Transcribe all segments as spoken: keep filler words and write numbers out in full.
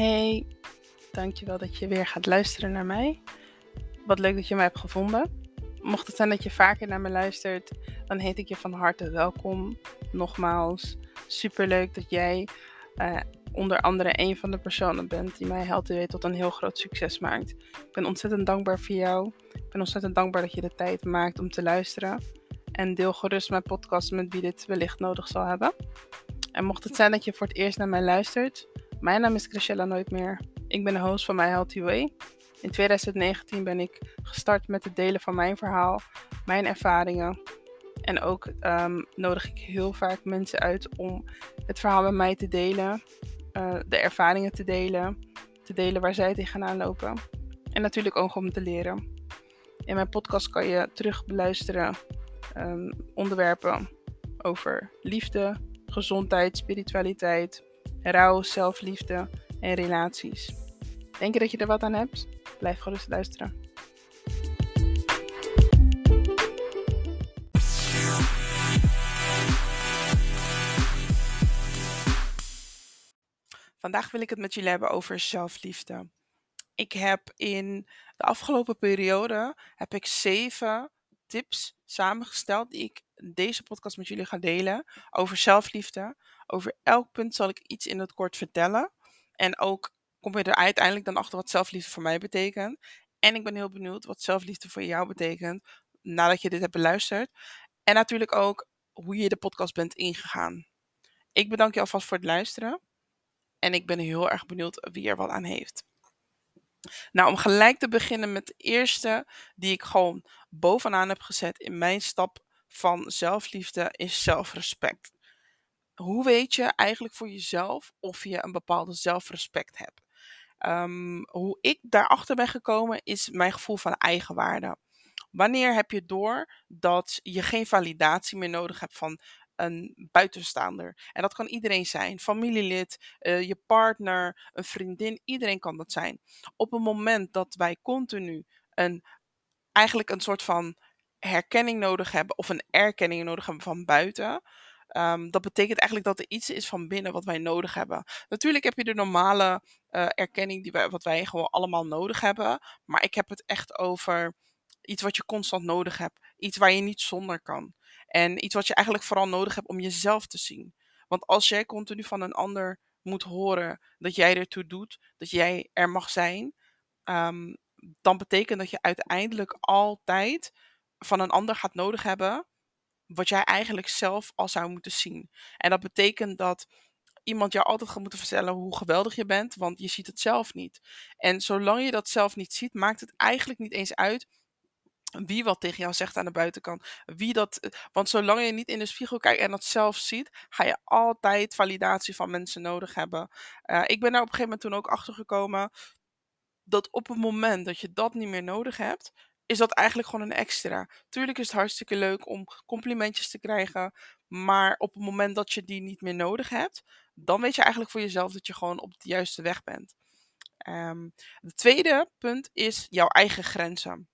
Hey, dankjewel dat je weer gaat luisteren naar mij. Wat leuk dat je mij hebt gevonden. Mocht het zijn dat je vaker naar me luistert, dan heet ik je van harte welkom. Nogmaals, superleuk dat jij uh, onder andere een van de personen bent die mij Healthy Way tot een heel groot succes maakt. Ik ben ontzettend dankbaar voor jou. Ik ben ontzettend dankbaar dat je de tijd maakt om te luisteren. En deel gerust mijn podcast met wie dit wellicht nodig zal hebben. En mocht het zijn dat je voor het eerst naar mij luistert, mijn naam is Chrisella Nooitmeer. Ik ben de host van My Healthy Way. In twintig negentien ben ik gestart met het delen van mijn verhaal, mijn ervaringen. En ook um, nodig ik heel vaak mensen uit om het verhaal met mij te delen, uh, de ervaringen te delen, te delen waar zij tegenaan lopen. En natuurlijk ook om te leren. In mijn podcast kan je terug beluisteren um, onderwerpen over liefde, gezondheid, spiritualiteit, rouw, zelfliefde en relaties. Denk je dat je er wat aan hebt? Blijf gerust luisteren. Vandaag wil ik het met jullie hebben over zelfliefde. Ik heb in de afgelopen periode heb ik zeven tips samengesteld die ik deze podcast met jullie ga delen over zelfliefde. Over elk punt zal ik iets in het kort vertellen. En ook kom je er uiteindelijk dan achter wat zelfliefde voor mij betekent. En ik ben heel benieuwd wat zelfliefde voor jou betekent nadat je dit hebt beluisterd. En natuurlijk ook hoe je de podcast bent ingegaan. Ik bedank je alvast voor het luisteren. En ik ben heel erg benieuwd wie er wat aan heeft. Nou, om gelijk te beginnen met de eerste die ik gewoon bovenaan heb gezet in mijn stap van zelfliefde is zelfrespect. Hoe weet je eigenlijk voor jezelf of je een bepaalde zelfrespect hebt? Um, hoe ik daarachter ben gekomen is mijn gevoel van eigenwaarde. Wanneer heb je door dat je geen validatie meer nodig hebt van een buitenstaander? En dat kan iedereen zijn. Familielid, uh, je partner, een vriendin. Iedereen kan dat zijn. Op het moment dat wij continu een, eigenlijk een soort van herkenning nodig hebben of een erkenning nodig hebben van buiten. Um, dat betekent eigenlijk dat er iets is van binnen wat wij nodig hebben. Natuurlijk heb je de normale uh, erkenning die wij, wat wij gewoon allemaal nodig hebben. Maar ik heb het echt over iets wat je constant nodig hebt. Iets waar je niet zonder kan. En iets wat je eigenlijk vooral nodig hebt om jezelf te zien. Want als jij continu van een ander moet horen dat jij ertoe doet, dat jij er mag zijn, um, dan betekent dat je uiteindelijk altijd van een ander gaat nodig hebben wat jij eigenlijk zelf al zou moeten zien. En dat betekent dat iemand jou altijd gaat moeten vertellen hoe geweldig je bent, want je ziet het zelf niet. En zolang je dat zelf niet ziet, maakt het eigenlijk niet eens uit wie wat tegen jou zegt aan de buitenkant. Wie dat, want zolang je niet in de spiegel kijkt en dat zelf ziet, ga je altijd validatie van mensen nodig hebben. Uh, ik ben daar op een gegeven moment toen ook achter gekomen dat op het moment dat je dat niet meer nodig hebt, is dat eigenlijk gewoon een extra. Tuurlijk is het hartstikke leuk om complimentjes te krijgen, maar op het moment dat je die niet meer nodig hebt, dan weet je eigenlijk voor jezelf dat je gewoon op de juiste weg bent. Um, het tweede punt is jouw eigen grenzen.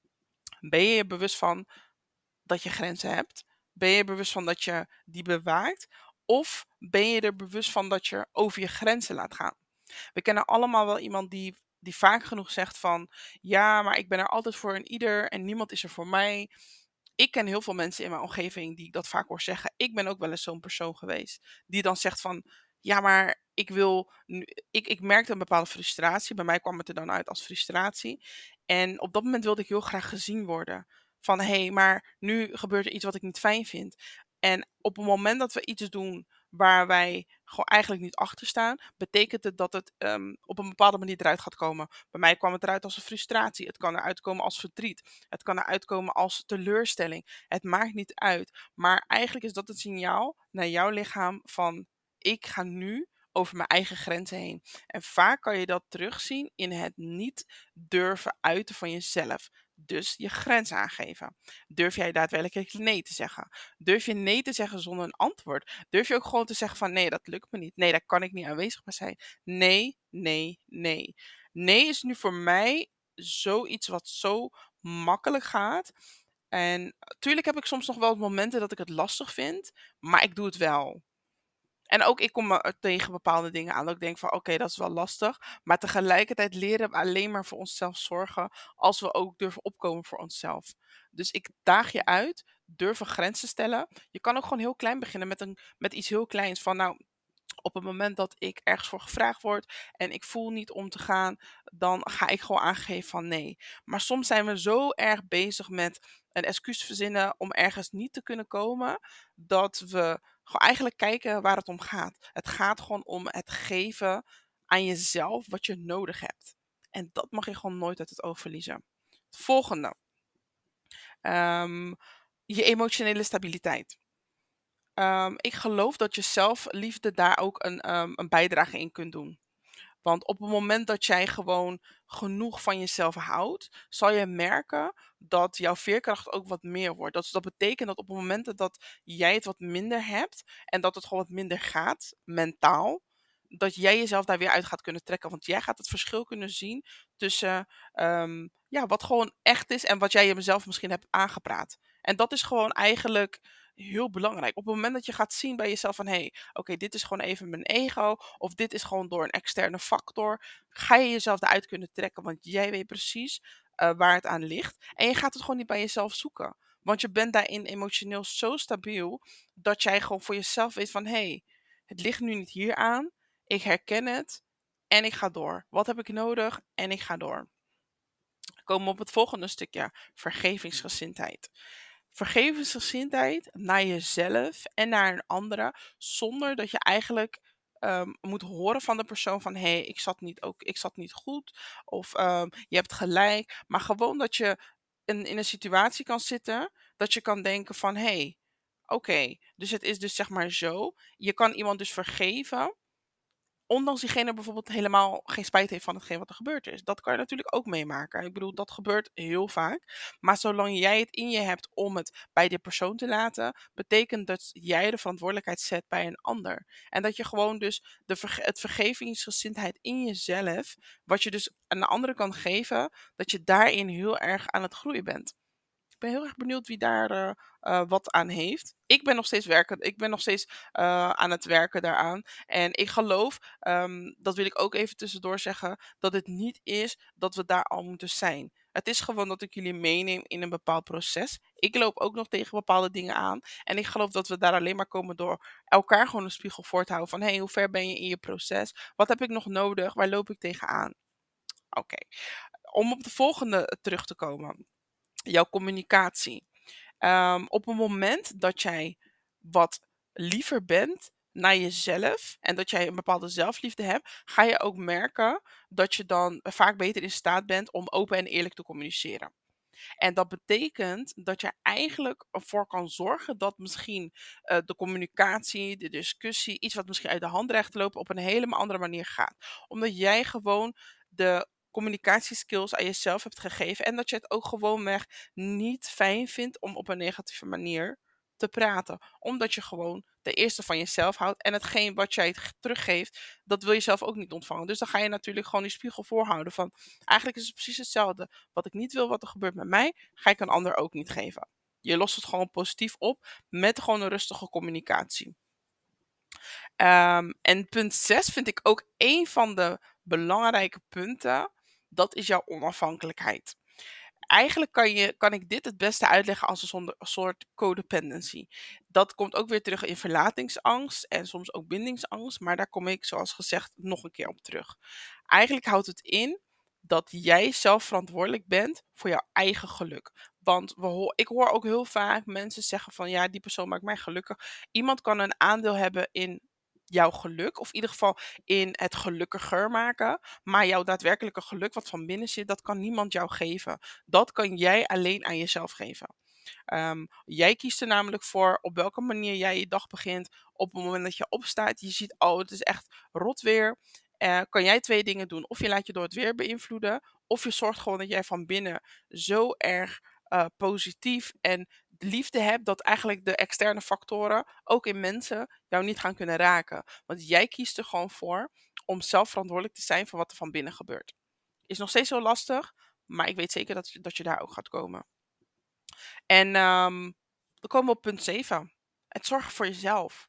Ben je je bewust van dat je grenzen hebt? Ben je er bewust van dat je die bewaakt? Of ben je er bewust van dat je over je grenzen laat gaan? We kennen allemaal wel iemand die, die vaak genoeg zegt van ja, maar ik ben er altijd voor een ieder en niemand is er voor mij. Ik ken heel veel mensen in mijn omgeving die ik dat vaak hoor zeggen. Ik ben ook wel eens zo'n persoon geweest die dan zegt van ja, maar ik wil nu, ik, ik merkte een bepaalde frustratie. Bij mij kwam het er dan uit als frustratie. En op dat moment wilde ik heel graag gezien worden. Van hé, hey, maar nu gebeurt er iets wat ik niet fijn vind. En op het moment dat we iets doen waar wij gewoon eigenlijk niet achter staan, betekent het dat het um, op een bepaalde manier eruit gaat komen. Bij mij kwam het eruit als een frustratie. Het kan eruit komen als verdriet. Het kan eruit komen als teleurstelling. Het maakt niet uit. Maar eigenlijk is dat het signaal naar jouw lichaam van ik ga nu over mijn eigen grenzen heen. En vaak kan je dat terugzien in het niet durven uiten van jezelf. Dus je grens aangeven. Durf jij daadwerkelijk nee te zeggen? Durf je nee te zeggen zonder een antwoord? Durf je ook gewoon te zeggen van nee, dat lukt me niet. Nee, daar kan ik niet aanwezig bij zijn. Nee, nee, nee. Nee is nu voor mij zoiets wat zo makkelijk gaat. En tuurlijk heb ik soms nog wel momenten dat ik het lastig vind, maar ik doe het wel. En ook ik kom me tegen bepaalde dingen aan dat ik denk van oké, dat is wel lastig. Maar tegelijkertijd leren we alleen maar voor onszelf zorgen als we ook durven opkomen voor onszelf. Dus ik daag je uit, durven grenzen stellen. Je kan ook gewoon heel klein beginnen met, een, met iets heel kleins van nou, op het moment dat ik ergens voor gevraagd word en ik voel niet om te gaan, dan ga ik gewoon aangeven van nee. Maar soms zijn we zo erg bezig met een excuus verzinnen om ergens niet te kunnen komen, dat we gewoon eigenlijk kijken waar het om gaat. Het gaat gewoon om het geven aan jezelf wat je nodig hebt. En dat mag je gewoon nooit uit het oog verliezen. Het volgende. Ehm, je emotionele stabiliteit. Ehm, ik geloof dat je zelfliefde daar ook een, ehm, een bijdrage in kunt doen. Want op het moment dat jij gewoon genoeg van jezelf houdt, zal je merken dat jouw veerkracht ook wat meer wordt. Dat, dat betekent dat op het moment dat jij het wat minder hebt en dat het gewoon wat minder gaat, mentaal, dat jij jezelf daar weer uit gaat kunnen trekken. Want jij gaat het verschil kunnen zien tussen ehm, ja, wat gewoon echt is en wat jij jezelf misschien hebt aangepraat. En dat is gewoon eigenlijk heel belangrijk. Op het moment dat je gaat zien bij jezelf van hé, hey, oké, dit is gewoon even mijn ego of dit is gewoon door een externe factor, ga je jezelf eruit kunnen trekken, want jij weet precies eh, waar het aan ligt. En je gaat het gewoon niet bij jezelf zoeken. Want je bent daarin emotioneel zo stabiel dat jij gewoon voor jezelf weet van hé, hey, het ligt nu niet hier aan. Ik herken het en ik ga door. Wat heb ik nodig? En ik ga door. Dan komen we op het volgende stukje, vergevingsgezindheid. Vergevensgezindheid naar jezelf en naar een andere, zonder dat je eigenlijk ehm, moet horen van de persoon van hé, hey, ik zat niet ook, ik zat niet goed of ehm, je hebt gelijk, maar gewoon dat je in, in een situatie kan zitten dat je kan denken van hé, hey, oké, dus het is dus zeg maar zo, je kan iemand dus vergeven ondanks diegene bijvoorbeeld helemaal geen spijt heeft van hetgeen wat er gebeurd is. Dat kan je natuurlijk ook meemaken. Ik bedoel, dat gebeurt heel vaak. Maar zolang jij het in je hebt om het bij die persoon te laten, betekent dat jij de verantwoordelijkheid zet bij een ander. En dat je gewoon dus de verge- het vergevingsgezindheid in jezelf, wat je dus aan de andere kan geven, dat je daarin heel erg aan het groeien bent. Ik ben heel erg benieuwd wie daar eh, eh, wat aan heeft. Ik ben nog steeds werken. Ik ben nog steeds eh, aan het werken daaraan. En ik geloof, ehm, dat wil ik ook even tussendoor zeggen, dat het niet is dat we daar al moeten zijn. Het is gewoon dat ik jullie meeneem in een bepaald proces. Ik loop ook nog tegen bepaalde dingen aan. En ik geloof dat we daar alleen maar komen door elkaar gewoon een spiegel voor te houden. Van hé, hey, hoe ver ben je in je proces? Wat heb ik nog nodig? Waar loop ik tegenaan? Oké. Om op de volgende terug te komen. Jouw communicatie. Ehm, op het moment dat jij wat liever bent naar jezelf en dat jij een bepaalde zelfliefde hebt, ga je ook merken dat je dan vaak beter in staat bent om open en eerlijk te communiceren. En dat betekent dat je eigenlijk ervoor kan zorgen dat misschien eh, de communicatie, de discussie, iets wat misschien uit de hand dreigt te lopen, op een helemaal andere manier gaat. Omdat jij gewoon de communicatieskills aan jezelf hebt gegeven en dat je het ook gewoonweg niet fijn vindt om op een negatieve manier te praten. Omdat je gewoon de eerste van jezelf houdt en hetgeen wat jij g- teruggeeft, dat wil je zelf ook niet ontvangen. Dus dan ga je natuurlijk gewoon die spiegel voorhouden van eigenlijk is het precies hetzelfde. Wat ik niet wil wat er gebeurt met mij, ga ik een ander ook niet geven. Je lost het gewoon positief op met gewoon een rustige communicatie. Ehm, en punt zes vind ik ook een van de belangrijke punten. Dat is jouw onafhankelijkheid. Eigenlijk kan, je, kan ik dit het beste uitleggen als een zonde- soort codependency. Dat komt ook weer terug in verlatingsangst en soms ook bindingsangst. Maar daar kom ik, zoals gezegd, nog een keer op terug. Eigenlijk houdt het in dat jij zelf verantwoordelijk bent voor jouw eigen geluk. Want we hoor, ik hoor ook heel vaak mensen zeggen van ja, die persoon maakt mij gelukkig. Iemand kan een aandeel hebben in jouw geluk, of in ieder geval in het gelukkiger maken. Maar jouw daadwerkelijke geluk, wat van binnen zit, dat kan niemand jou geven. Dat kan jij alleen aan jezelf geven. Ehm, jij kiest er namelijk voor op welke manier jij je dag begint. Op het moment dat je opstaat, je ziet, oh, het is echt rot weer. Eh, kan jij twee dingen doen. Of je laat je door het weer beïnvloeden, of je zorgt gewoon dat jij van binnen zo erg eh, positief en liefde hebt, dat eigenlijk de externe factoren, ook in mensen, jou niet gaan kunnen raken. Want jij kiest er gewoon voor om zelf verantwoordelijk te zijn voor wat er van binnen gebeurt. Is nog steeds zo lastig, maar ik weet zeker dat, je- dat je daar ook gaat komen. En ehm, dan komen we op punt zeven. Het zorgen voor jezelf.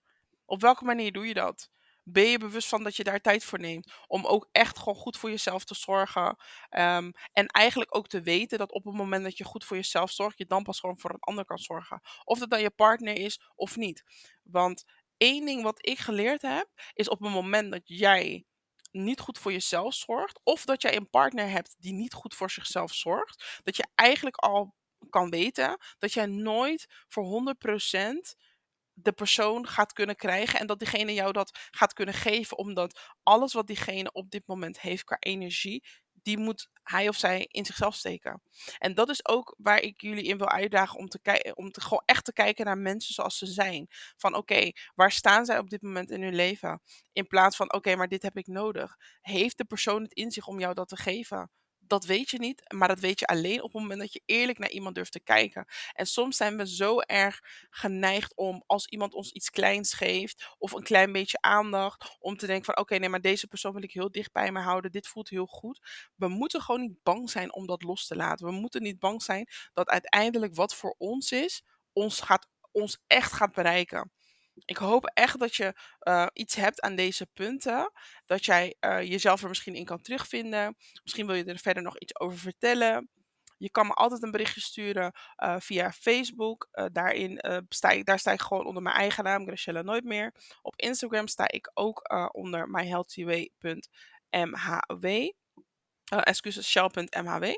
Op welke manier doe je dat? Ben je bewust van dat je daar tijd voor neemt om ook echt gewoon goed voor jezelf te zorgen? Ehm, en eigenlijk ook te weten dat op het moment dat je goed voor jezelf zorgt, je dan pas gewoon voor een ander kan zorgen. Of dat dan je partner is of niet. Want één ding wat ik geleerd heb, is op het moment dat jij niet goed voor jezelf zorgt, of dat jij een partner hebt die niet goed voor zichzelf zorgt, dat je eigenlijk al kan weten dat jij nooit voor honderd procent de persoon gaat kunnen krijgen en dat diegene jou dat gaat kunnen geven, omdat alles wat diegene op dit moment heeft qua energie, die moet hij of zij in zichzelf steken. En dat is ook waar ik jullie in wil uitdagen om te kijken, om te gewoon echt te kijken naar mensen zoals ze zijn. Van oké, waar staan zij op dit moment in hun leven? In plaats van oké, maar dit heb ik nodig. Heeft de persoon het in zich om jou dat te geven? Dat weet je niet, maar dat weet je alleen op het moment dat je eerlijk naar iemand durft te kijken. En soms zijn we zo erg geneigd om als iemand ons iets kleins geeft of een klein beetje aandacht, om te denken van oké, nee, maar deze persoon wil ik heel dicht bij me houden. Dit voelt heel goed. We moeten gewoon niet bang zijn om dat los te laten. We moeten niet bang zijn dat uiteindelijk wat voor ons is, ons, gaat, ons echt gaat bereiken. Ik hoop echt dat je eh, iets hebt aan deze punten. Dat jij eh, jezelf er misschien in kan terugvinden. Misschien wil je er verder nog iets over vertellen. Je kan me altijd een berichtje sturen eh, via Facebook. Eh, daarin eh, sta ik, daar sta ik gewoon onder mijn eigen naam, Graciela Nooit meer. Op Instagram sta ik ook eh, onder myhealthyway punt m h w. Uh, excuses, shell punt m h w.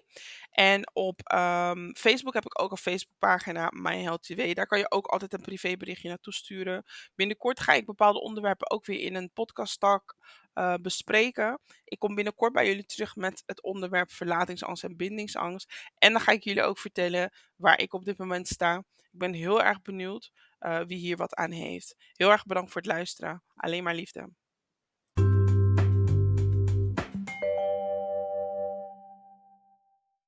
En op ehm, Facebook heb ik ook een Facebookpagina, My Healthy Way. Daar kan je ook altijd een privéberichtje naartoe sturen. Binnenkort ga ik bepaalde onderwerpen ook weer in een podcasttak uh, bespreken. Ik kom binnenkort bij jullie terug met het onderwerp verlatingsangst en bindingsangst. En dan ga ik jullie ook vertellen waar ik op dit moment sta. Ik ben heel erg benieuwd uh, wie hier wat aan heeft. Heel erg bedankt voor het luisteren. Alleen maar liefde.